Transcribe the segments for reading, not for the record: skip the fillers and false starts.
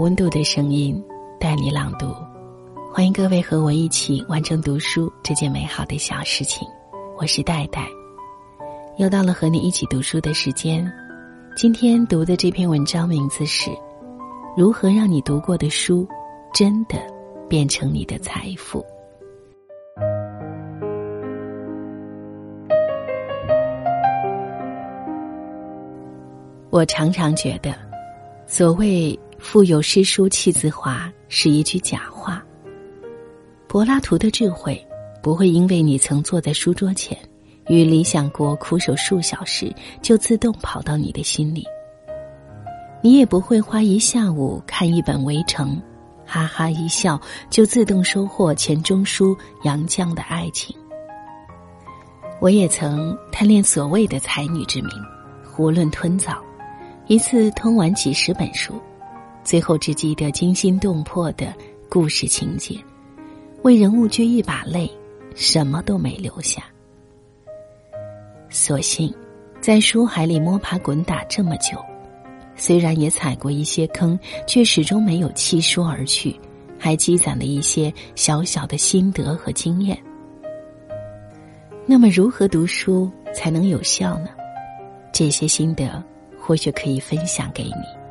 温度的声音，带你朗读。欢迎各位和我一起完成读书这件美好的小事情。我是戴戴，又到了和你一起读书的时间。今天读的这篇文章名字是如何让你读过的书真的变成你的财富。我常常觉得，所谓腹有诗书气自华是一句假话。柏拉图的智慧不会因为你曾坐在书桌前与理想国苦守数小时就自动跑到你的心里，你也不会花一下午看一本《围城》，哈哈一笑就自动收获钱钟书杨绛的爱情。我也曾贪恋所谓的才女之名，囫囵吞枣，一次通完几十本书，最后只记得惊心动魄的故事情节，为人物掬一把泪，什么都没留下。所幸在书海里摸爬滚打这么久，虽然也踩过一些坑，却始终没有弃书而去，还积攒了一些小小的心得和经验。那么如何读书才能有效呢？这些心得或许可以分享给你。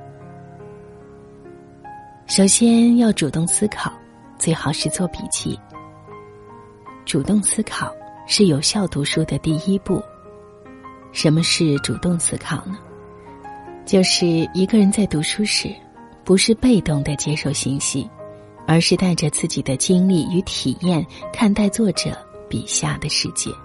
首先要主动思考，最好是做笔记。主动思考是有效读书的第一步。什么是主动思考呢？就是一个人在读书时，不是被动地接受信息，而是带着自己的经历与体验看待作者笔下的世界。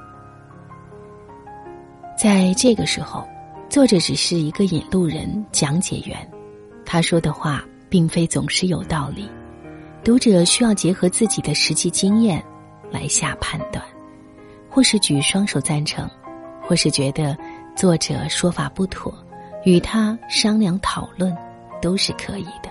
在这个时候，作者只是一个引路人、讲解员，他说的话并非总是有道理，读者需要结合自己的实际经验来下判断，或是举双手赞成，或是觉得作者说法不妥，与他商量讨论都是可以的。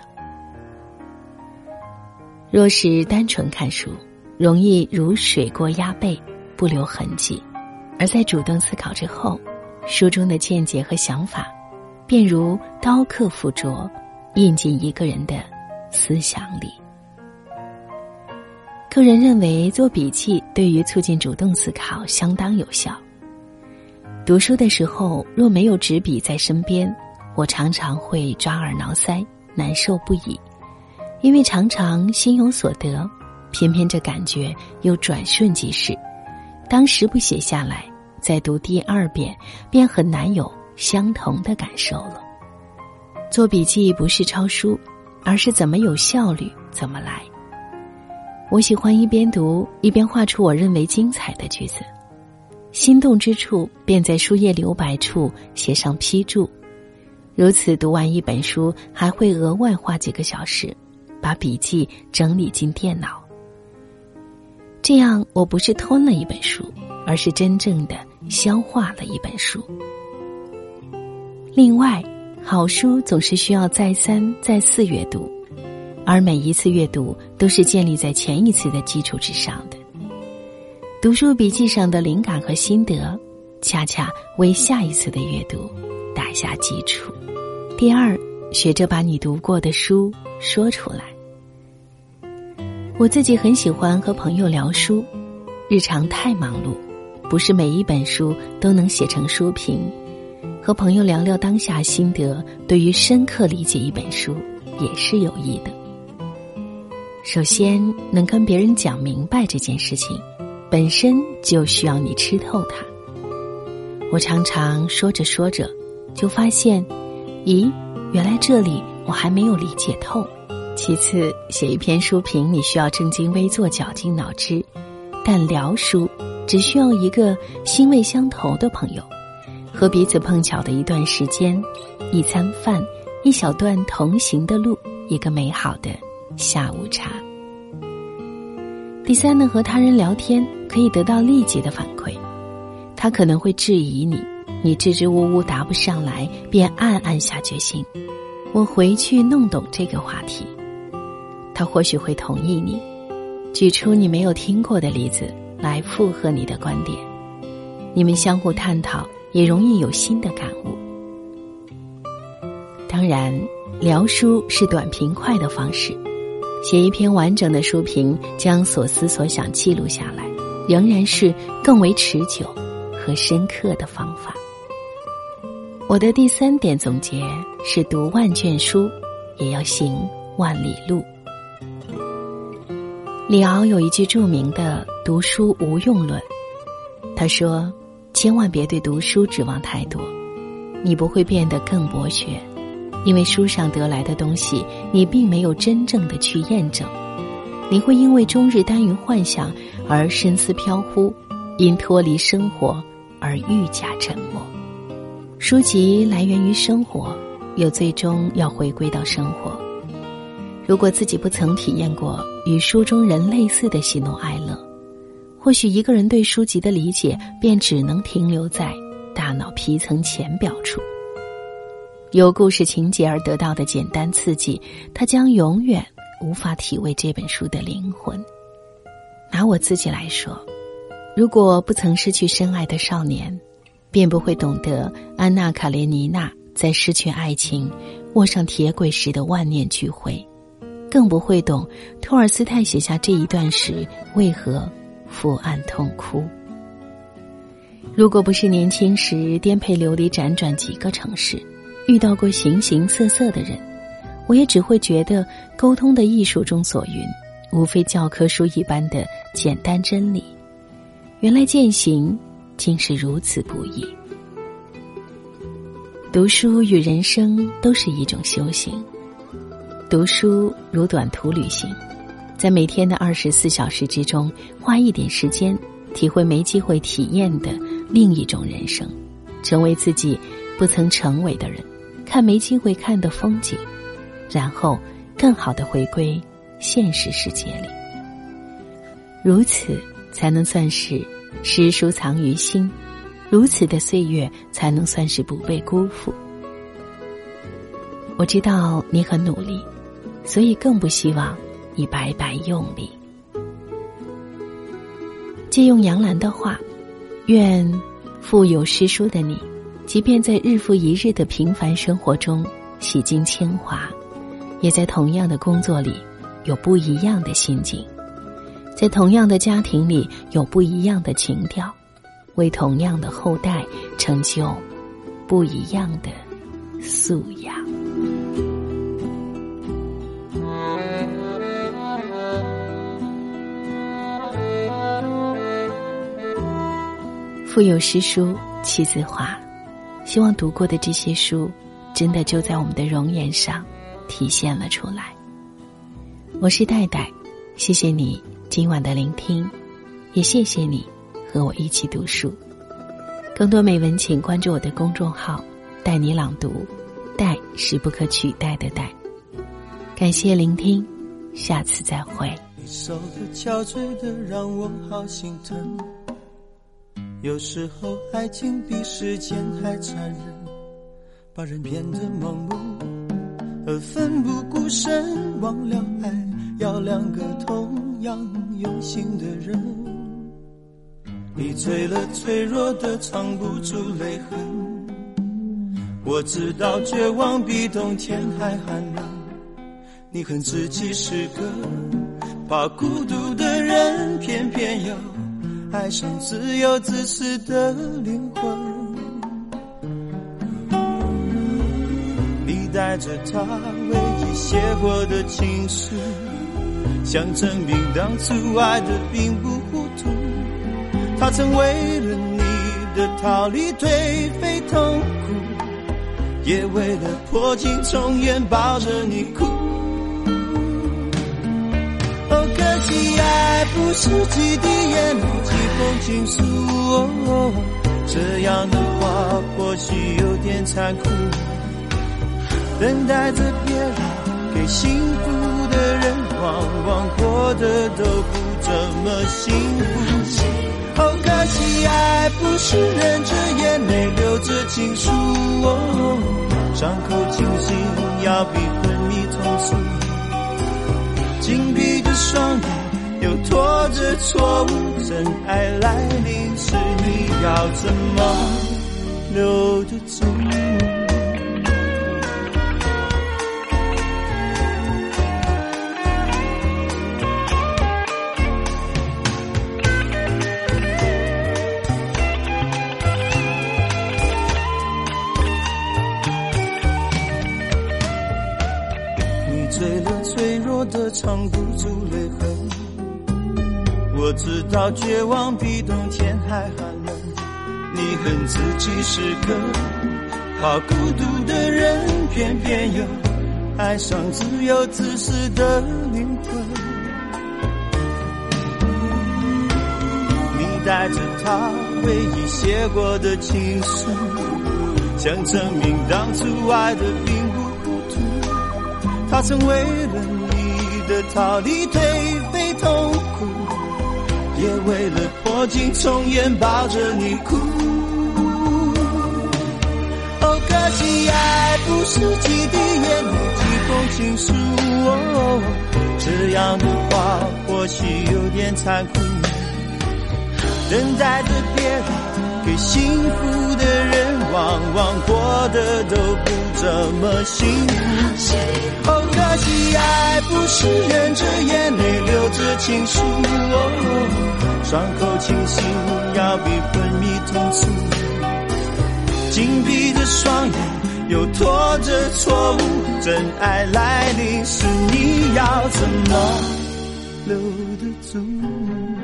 若是单纯看书，容易如水过鸭背，不留痕迹，而在主动思考之后，书中的见解和想法便如刀刻附着，印进一个人的思想里。个人认为做笔记对于促进主动思考相当有效。读书的时候若没有纸笔在身边，我常常会抓耳挠腮，难受不已，因为常常心有所得，偏偏这感觉又转瞬即逝，当时不写下来，再读第二遍便很难有相同的感受了。做笔记不是抄书，而是怎么有效率怎么来。我喜欢一边读一边画出我认为精彩的句子，心动之处便在书页留白处写上批注。如此读完一本书，还会额外花几个小时把笔记整理进电脑。这样我不是吞了一本书，而是真正的消化了一本书。另外，好书总是需要再三再四阅读，而每一次阅读都是建立在前一次的基础之上的。读书笔记上的灵感和心得，恰恰为下一次的阅读打下基础。第二，学着把你读过的书说出来。我自己很喜欢和朋友聊书，日常太忙碌，不是每一本书都能写成书评。和朋友聊聊当下心得，对于深刻理解一本书也是有益的。首先，能跟别人讲明白这件事情，本身就需要你吃透它。我常常说着说着，就发现，咦，原来这里我还没有理解透。其次，写一篇书评，你需要正襟危坐，绞尽脑汁，但聊书只需要一个心味相投的朋友，和彼此碰巧的一段时间，一餐饭，一小段同行的路，一个美好的下午茶。第三呢，和他人聊天可以得到立即的反馈，他可能会质疑你，你支支吾吾答不上来，便暗暗下决心，我回去弄懂这个话题。他或许会同意你，举出你没有听过的例子来附和你的观点，你们相互探讨，也容易有新的感悟。当然， 聊书是短平快的方式，写一篇完整的书评，将所思所想记录下来，仍然是更为持久和深刻的方法。我的第3点总结是读万卷书，也要行万里路。李敖有一句著名的读书无用论，他说，千万别对读书指望太多，你不会变得更博学，因为书上得来的东西你并没有真正的去验证，你会因为终日耽于幻想而深思飘忽，因脱离生活而愈加沉默。书籍来源于生活，又最终要回归到生活。如果自己不曾体验过与书中人类似的喜怒哀乐，或许一个人对书籍的理解便只能停留在大脑皮层浅表处。由故事情节而得到的简单刺激，它将永远无法体味这本书的灵魂。拿我自己来说，如果不曾失去深爱的少年，便不会懂得安娜·卡列尼娜在失去爱情卧上铁轨时的万念俱灰，更不会懂托尔斯泰写下这一段时为何伏案痛哭。如果不是年轻时颠沛流离辗转几个城市，遇到过形形色色的人，我也只会觉得沟通的艺术中所云，无非教科书一般的简单真理，原来践行竟是如此不易。读书与人生都是一种修行，读书如短途旅行，在每天的24小时之中，花一点时间体会没机会体验的另一种人生，成为自己不曾成为的人，看没机会看的风景，然后更好地回归现实世界里。如此才能算是诗书藏于心，如此的岁月才能算是不被辜负。我知道你很努力，所以更不希望你白白用力。借用杨澜的话，愿富有诗书的你，即便在日复一日的平凡生活中洗尽铅华，也在同样的工作里有不一样的心境，在同样的家庭里有不一样的情调，为同样的后代成就不一样的素养。腹有诗书气自华，希望读过的这些书真的就在我们的容颜上体现了出来。我是戴戴，谢谢你今晚的聆听，也谢谢你和我一起读书。更多美文请关注我的公众号带你朗读，戴是不可取代的戴。感谢聆听，下次再会。 你手的憔悴的让我好心疼，有时候爱情比时间还残忍，把人变得盲目而奋不顾身，忘了爱要两个同样用心的人。你醉了脆弱的藏不住泪痕，我知道绝望比冬天还寒冷，你恨自己是个怕孤独的人，偏偏又爱上自由自私的灵魂。你带着他唯一写过的情书，想证明当初爱的并不糊涂。他曾为了你的逃离颓废痛苦，也为了破镜重圆抱着你哭。可惜爱不是几滴眼泪几封情书，这样的话或许有点残酷。等待着别人给幸福的人，往往过得都不怎么幸福。可惜爱不是忍着眼泪流着情书，伤口清醒要比昏迷痛楚。紧闭着双眼又拖着错误，真爱来临时你要怎么留得住？ 藏不住泪痕。我知道绝望比冬天还寒冷，你恨自己是个好孤独的人，偏偏又爱上自由自私的灵魂。你带着他回忆写过的情书，想证明当初爱的并不糊涂。他曾为了你的逃离颓废痛苦，也为了破镜重圆抱着你哭。哦，可惜爱不是几滴眼泪几封情书，这样的话或许有点残酷。等待着别人给幸福的人，往往过得都不怎么幸福。哦，可惜爱不是忍着眼泪流着情书，伤口清醒要比昏迷痛楚。紧闭着双眼又拖着错误，真爱来临时你要怎么留得住？